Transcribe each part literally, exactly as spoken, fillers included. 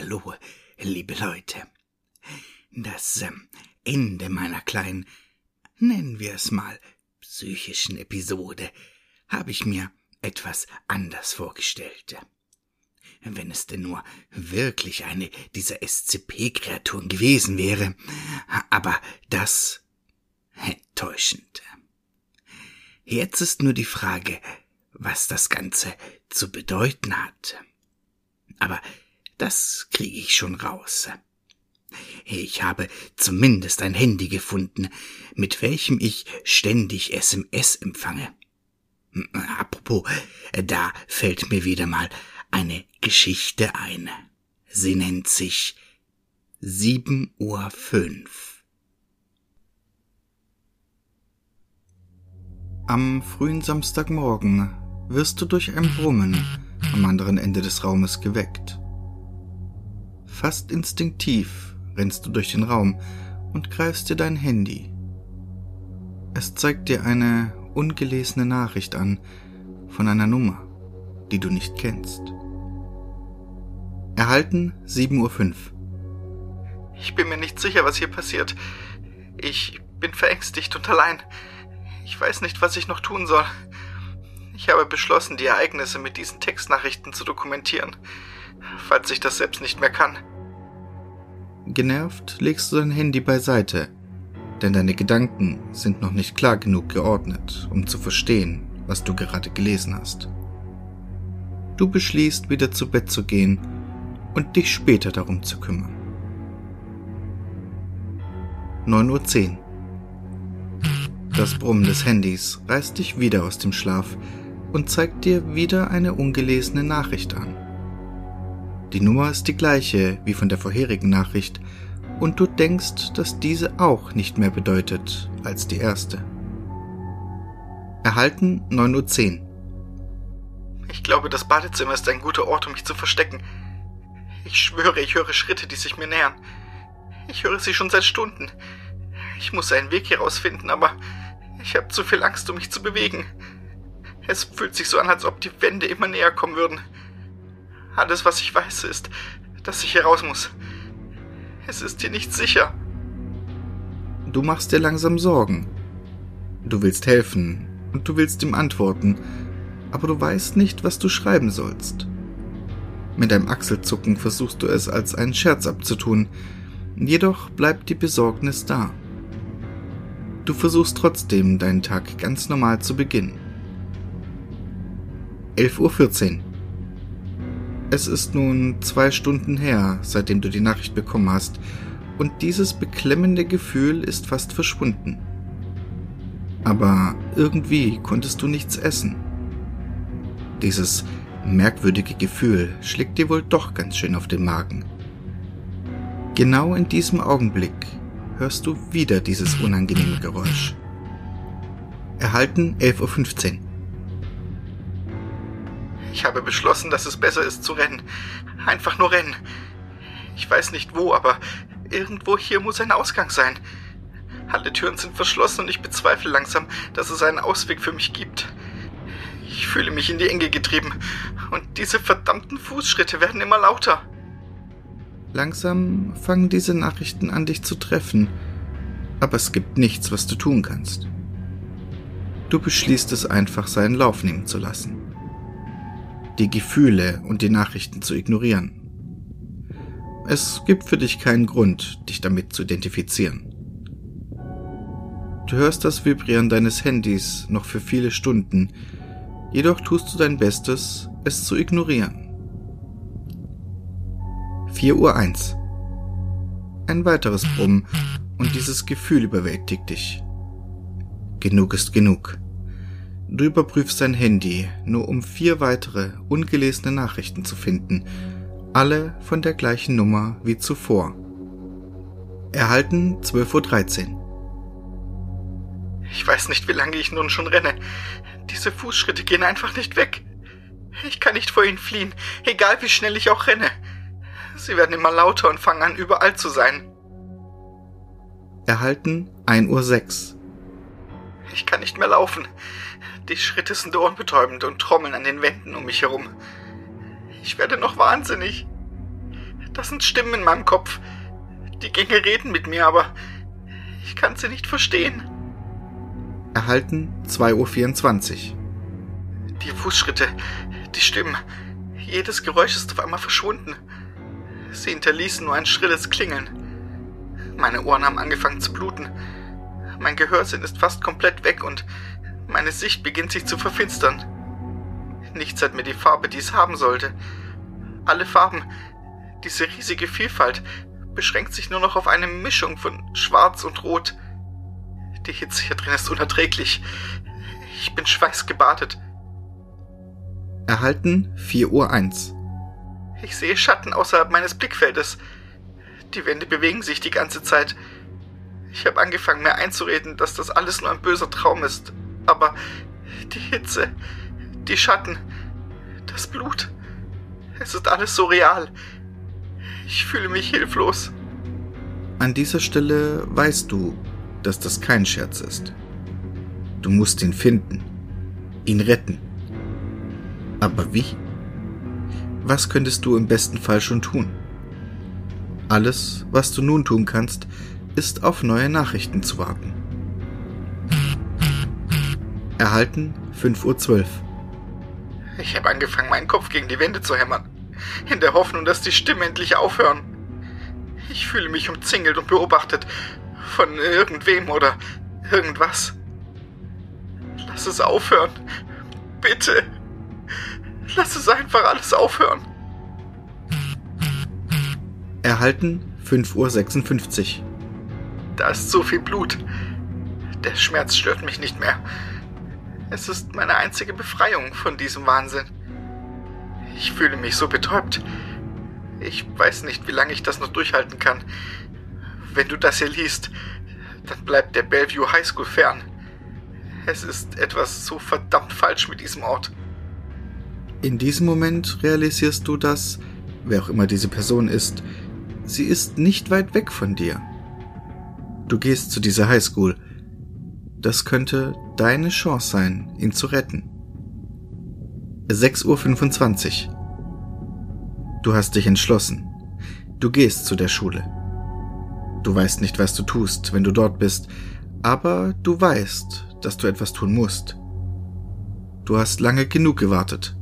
Hallo, liebe Leute. Das ähm, Ende meiner kleinen, nennen wir es mal, psychischen Episode habe ich mir etwas anders vorgestellt. Wenn es denn nur wirklich eine dieser S C P-Kreaturen gewesen wäre. Aber das enttäuschend. Jetzt ist nur die Frage, was das Ganze zu bedeuten hat. Aber das kriege ich schon raus. Ich habe zumindest ein Handy gefunden, mit welchem ich ständig S M S empfange. Apropos, da fällt mir wieder mal eine Geschichte ein. Sie nennt sich sieben Uhr fünf. Am frühen Samstagmorgen wirst du durch ein Brummen am anderen Ende des Raumes geweckt. Fast instinktiv rennst du durch den Raum und greifst dir dein Handy. Es zeigt dir eine ungelesene Nachricht an von einer Nummer, die du nicht kennst. Erhalten sieben Uhr fünf. Ich bin mir nicht sicher, was hier passiert. Ich bin verängstigt und allein. Ich weiß nicht, was ich noch tun soll. Ich habe beschlossen, die Ereignisse mit diesen Textnachrichten zu dokumentieren, falls ich das selbst nicht mehr kann. Genervt legst du dein Handy beiseite, denn deine Gedanken sind noch nicht klar genug geordnet, um zu verstehen, was du gerade gelesen hast. Du beschließt, wieder zu Bett zu gehen und dich später darum zu kümmern. neun Uhr zehn. Das Brummen des Handys reißt dich wieder aus dem Schlaf und zeigt dir wieder eine ungelesene Nachricht an. Die Nummer ist die gleiche wie von der vorherigen Nachricht und du denkst, dass diese auch nicht mehr bedeutet als die erste. Erhalten neun Uhr zehn. Ich glaube, das Badezimmer ist ein guter Ort, um mich zu verstecken. Ich schwöre, ich höre Schritte, die sich mir nähern. Ich höre sie schon seit Stunden. Ich muss einen Weg hier rausfinden, aber ich habe zu viel Angst, um mich zu bewegen. Es fühlt sich so an, als ob die Wände immer näher kommen würden. Alles, was ich weiß, ist, dass ich hier raus muss. Es ist hier nicht sicher. Du machst dir langsam Sorgen. Du willst helfen und du willst ihm antworten, aber du weißt nicht, was du schreiben sollst. Mit einem Achselzucken versuchst du es als einen Scherz abzutun, jedoch bleibt die Besorgnis da. Du versuchst trotzdem, deinen Tag ganz normal zu beginnen. elf Uhr vierzehn. Es ist nun zwei Stunden her, seitdem du die Nachricht bekommen hast, und dieses beklemmende Gefühl ist fast verschwunden. Aber irgendwie konntest du nichts essen. Dieses merkwürdige Gefühl schlägt dir wohl doch ganz schön auf den Magen. Genau in diesem Augenblick hörst du wieder dieses unangenehme Geräusch. Erhalten elf Uhr fünfzehn. Ich habe beschlossen, dass es besser ist zu rennen. Einfach nur rennen. Ich weiß nicht wo, aber irgendwo hier muss ein Ausgang sein. Alle Türen sind verschlossen und ich bezweifle langsam, dass es einen Ausweg für mich gibt. Ich fühle mich in die Enge getrieben und diese verdammten Fußschritte werden immer lauter. Langsam fangen diese Nachrichten an, dich zu treffen, aber es gibt nichts, was du tun kannst. Du beschließt es einfach, seinen Lauf nehmen zu lassen. Die Gefühle und die Nachrichten zu ignorieren. Es gibt für dich keinen Grund, dich damit zu identifizieren. Du hörst das Vibrieren deines Handys noch für viele Stunden, jedoch tust du dein Bestes, es zu ignorieren. vier Uhr eins. Ein weiteres Brummen und dieses Gefühl überwältigt dich. Genug ist genug. Du überprüfst dein Handy, nur um vier weitere ungelesene Nachrichten zu finden, alle von der gleichen Nummer wie zuvor. Erhalten zwölf Uhr dreizehn. Ich weiß nicht, wie lange ich nun schon renne. Diese Fußschritte gehen einfach nicht weg. Ich kann nicht vor ihnen fliehen, egal wie schnell ich auch renne. Sie werden immer lauter und fangen an, überall zu sein. Erhalten ein Uhr sechs. Ich kann nicht mehr laufen. Die Schritte sind ohrenbetäubend und trommeln an den Wänden um mich herum. Ich werde noch wahnsinnig. Das sind Stimmen in meinem Kopf. Die Gänge reden mit mir, aber ich kann sie nicht verstehen. Erhalten zwei Uhr vierundzwanzig. Die Fußschritte, die Stimmen, jedes Geräusch ist auf einmal verschwunden. Sie hinterließen nur ein schrilles Klingeln. Meine Ohren haben angefangen zu bluten. Mein Gehörsinn ist fast komplett weg und meine Sicht beginnt sich zu verfinstern. Nichts hat mir die Farbe, die es haben sollte. Alle Farben, diese riesige Vielfalt, beschränkt sich nur noch auf eine Mischung von Schwarz und Rot. Die Hitze hier drin ist unerträglich. Ich bin schweißgebadet. Erhalten vier Uhr eins. Ich sehe Schatten außerhalb meines Blickfeldes. Die Wände bewegen sich die ganze Zeit. Ich habe angefangen, mir einzureden, dass das alles nur ein böser Traum ist. Aber die Hitze, die Schatten, das Blut, es ist alles so real. Ich fühle mich hilflos. An dieser Stelle weißt du, dass das kein Scherz ist. Du musst ihn finden, ihn retten. Aber wie? Was könntest du im besten Fall schon tun? Alles, was du nun tun kannst, ist auf neue Nachrichten zu warten. Erhalten fünf Uhr zwölf. Ich habe angefangen, meinen Kopf gegen die Wände zu hämmern, in der Hoffnung, dass die Stimmen endlich aufhören. Ich fühle mich umzingelt und beobachtet von irgendwem oder irgendwas. Lass es aufhören. Bitte. Lass es einfach alles aufhören. Erhalten fünf Uhr sechsundfünfzig. Da ist so viel Blut. Der Schmerz stört mich nicht mehr. Es ist meine einzige Befreiung von diesem Wahnsinn. Ich fühle mich so betäubt. Ich weiß nicht, wie lange ich das noch durchhalten kann. Wenn du das hier liest, dann bleibt der Bellevue High School fern. Es ist etwas so verdammt falsch mit diesem Ort. In diesem Moment realisierst du, dass, wer auch immer diese Person ist, sie ist nicht weit weg von dir. Du gehst zu dieser Highschool. Das könnte deine Chance sein, ihn zu retten. sechs Uhr fünfundzwanzig. Du hast dich entschlossen. Du gehst zu der Schule. Du weißt nicht, was du tust, wenn du dort bist, aber du weißt, dass du etwas tun musst. Du hast lange genug gewartet.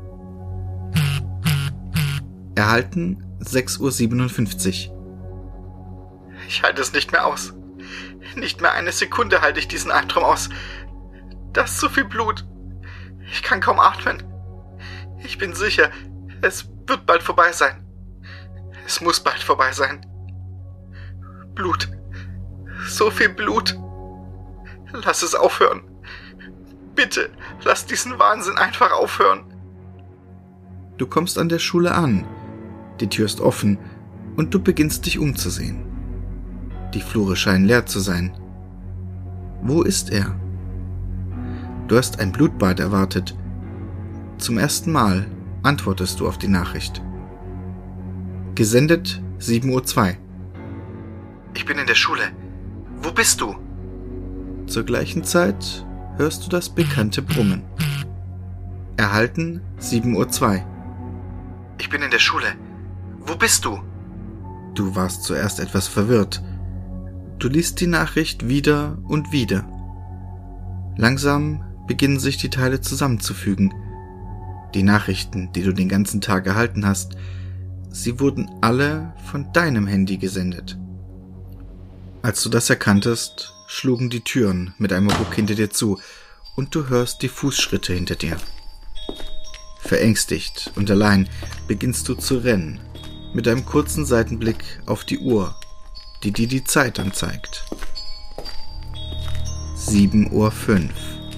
Erhalten sechs Uhr siebenundfünfzig. Ich halte es nicht mehr aus. Nicht mehr eine Sekunde halte ich diesen Albtraum aus. Da ist so viel Blut. Ich kann kaum atmen. Ich bin sicher, es wird bald vorbei sein. Es muss bald vorbei sein. Blut. So viel Blut. Lass es aufhören. Bitte, lass diesen Wahnsinn einfach aufhören. Du kommst an der Schule an. Die Tür ist offen und du beginnst dich umzusehen. Die Flure scheinen leer zu sein. Wo ist er? Du hast ein Blutbad erwartet. Zum ersten Mal antwortest du auf die Nachricht. Gesendet sieben Uhr zwei. Ich bin in der Schule. Wo bist du? Zur gleichen Zeit hörst du das bekannte Brummen. Erhalten sieben Uhr zwei. Ich bin in der Schule. Wo bist du? Du warst zuerst etwas verwirrt. Du liest die Nachricht wieder und wieder. Langsam beginnen sich die Teile zusammenzufügen. Die Nachrichten, die du den ganzen Tag erhalten hast, sie wurden alle von deinem Handy gesendet. Als du das erkanntest, schlugen die Türen mit einem Ruck hinter dir zu und du hörst die Fußschritte hinter dir. Verängstigt und allein beginnst du zu rennen, mit einem kurzen Seitenblick auf die Uhr, die dir die Zeit anzeigt. sieben Uhr fünf.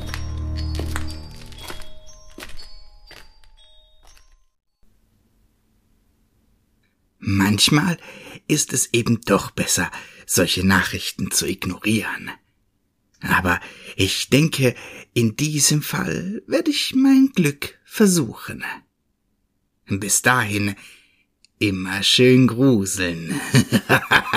Manchmal ist es eben doch besser, solche Nachrichten zu ignorieren. Aber ich denke, in diesem Fall werde ich mein Glück versuchen. Bis dahin immer schön gruseln.